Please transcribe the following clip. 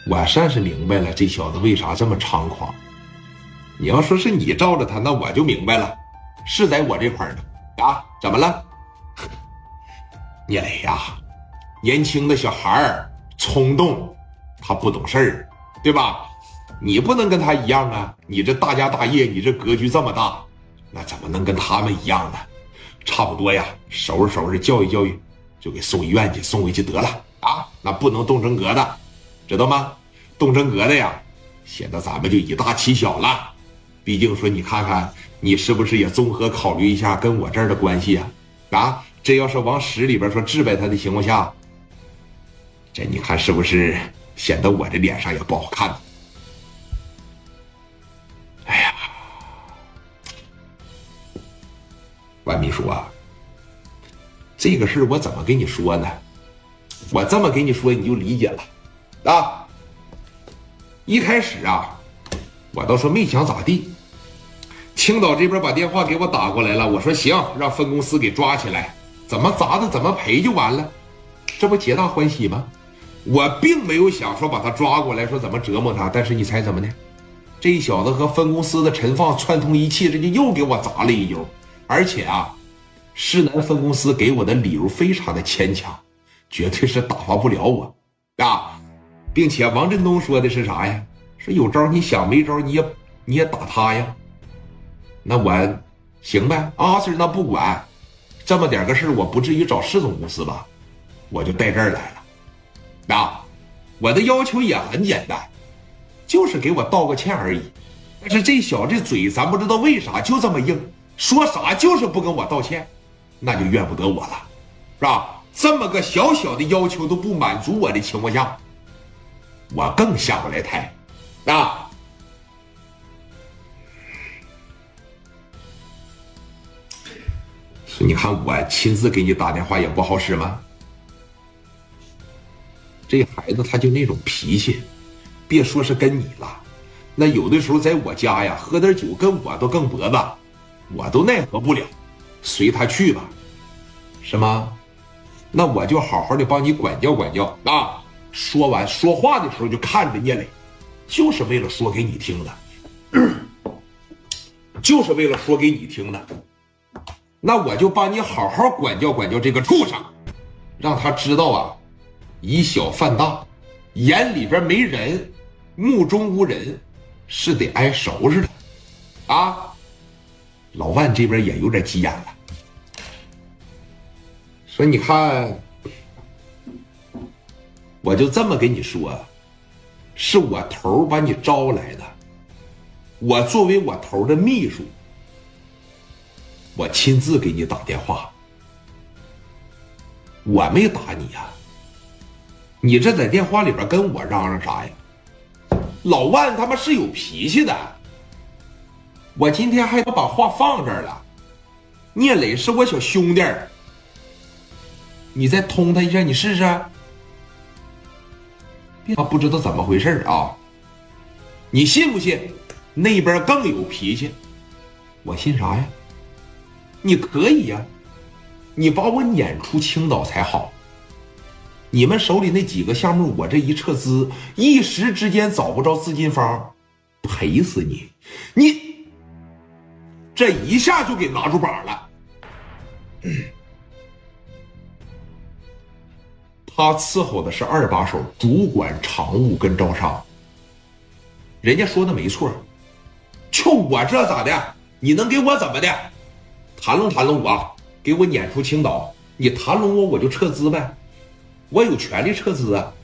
我算是明白了，这小子为啥这么猖狂。你要说是你罩着他，那我就明白了，是在我这块的啊？怎么了？聂磊呀，年轻的小孩儿冲动，他不懂事儿，对吧？你不能跟他一样啊！你这大家大业，你这格局这么大，那怎么能跟他们一样呢？差不多呀，收拾收拾，教育教育，就给送医院去，送回去得了啊！那不能动真格的，知道吗？动真格的呀，显得咱们就以大欺小了。毕竟说，你看看你是不是也综合考虑一下跟我这儿的关系啊？啊，这要是往屎里边说治败他的情况下，这你看是不是显得我这脸上也不好看？哎呀，万秘书啊，这个事儿我怎么跟你说呢？我这么跟你说你就理解了啊。一开始啊，我倒说没想咋地。青岛这边把电话给我打过来了，我说行，让分公司给抓起来，怎么砸的怎么赔就完了，这不皆大欢喜吗？我并没有想说把他抓过来说怎么折磨他，但是你猜怎么的？这小子和分公司的陈放串通一气，这就又给我砸了一悠。而且啊，市南分公司给我的理由非常的牵强，绝对是打发不了我啊！并且王振东说的是啥呀？说有招你想，没招你也打他呀。那我行呗，阿 Sir 那不管，这么点个事我不至于找市总公司吧？我就带这儿来了。啊，我的要求也很简单，就是给我道个歉而已。但是这小子嘴咱不知道为啥就这么硬，说啥就是不跟我道歉，那就怨不得我了，是吧？这么个小小的要求都不满足我的情况下，我更下不来台啊！你看我亲自给你打电话也不好使吗？这孩子他就那种脾气，别说是跟你了，那有的时候在我家呀，喝点酒跟我都更脖子，我都奈何不了，随他去吧，是吗？那我就好好的帮你管教管教啊！说完说话的时候就看着聂磊，就是为了说给你听的，就是为了说给你听的。那我就帮你好好管教管教这个畜生，让他知道啊，以小犯大，眼里边没人，目中无人，是得挨收拾的啊！老万这边也有点急眼了，说你看，我就这么跟你说，是我头把你招来的，我作为我头的秘书，我亲自给你打电话，我没打你呀，你这在电话里边跟我嚷嚷啥呀？老万他妈是有脾气的，我今天还把话放这儿了，聂磊是我小兄弟，你再通他一下，你试试。别不知道怎么回事啊！你信不信？那边更有脾气，我信啥呀？你可以呀，你把我撵出青岛才好。你们手里那几个项目，我这一撤资，一时之间找不着资金方，赔死你！你这一下就给拿住把了。他伺候的是二把手，主管常务跟招商。人家说的没错，就我这咋的？你能给我怎么的？谈拢谈拢我，给我撵出青岛，你谈拢我就撤资呗，我有权利撤资啊。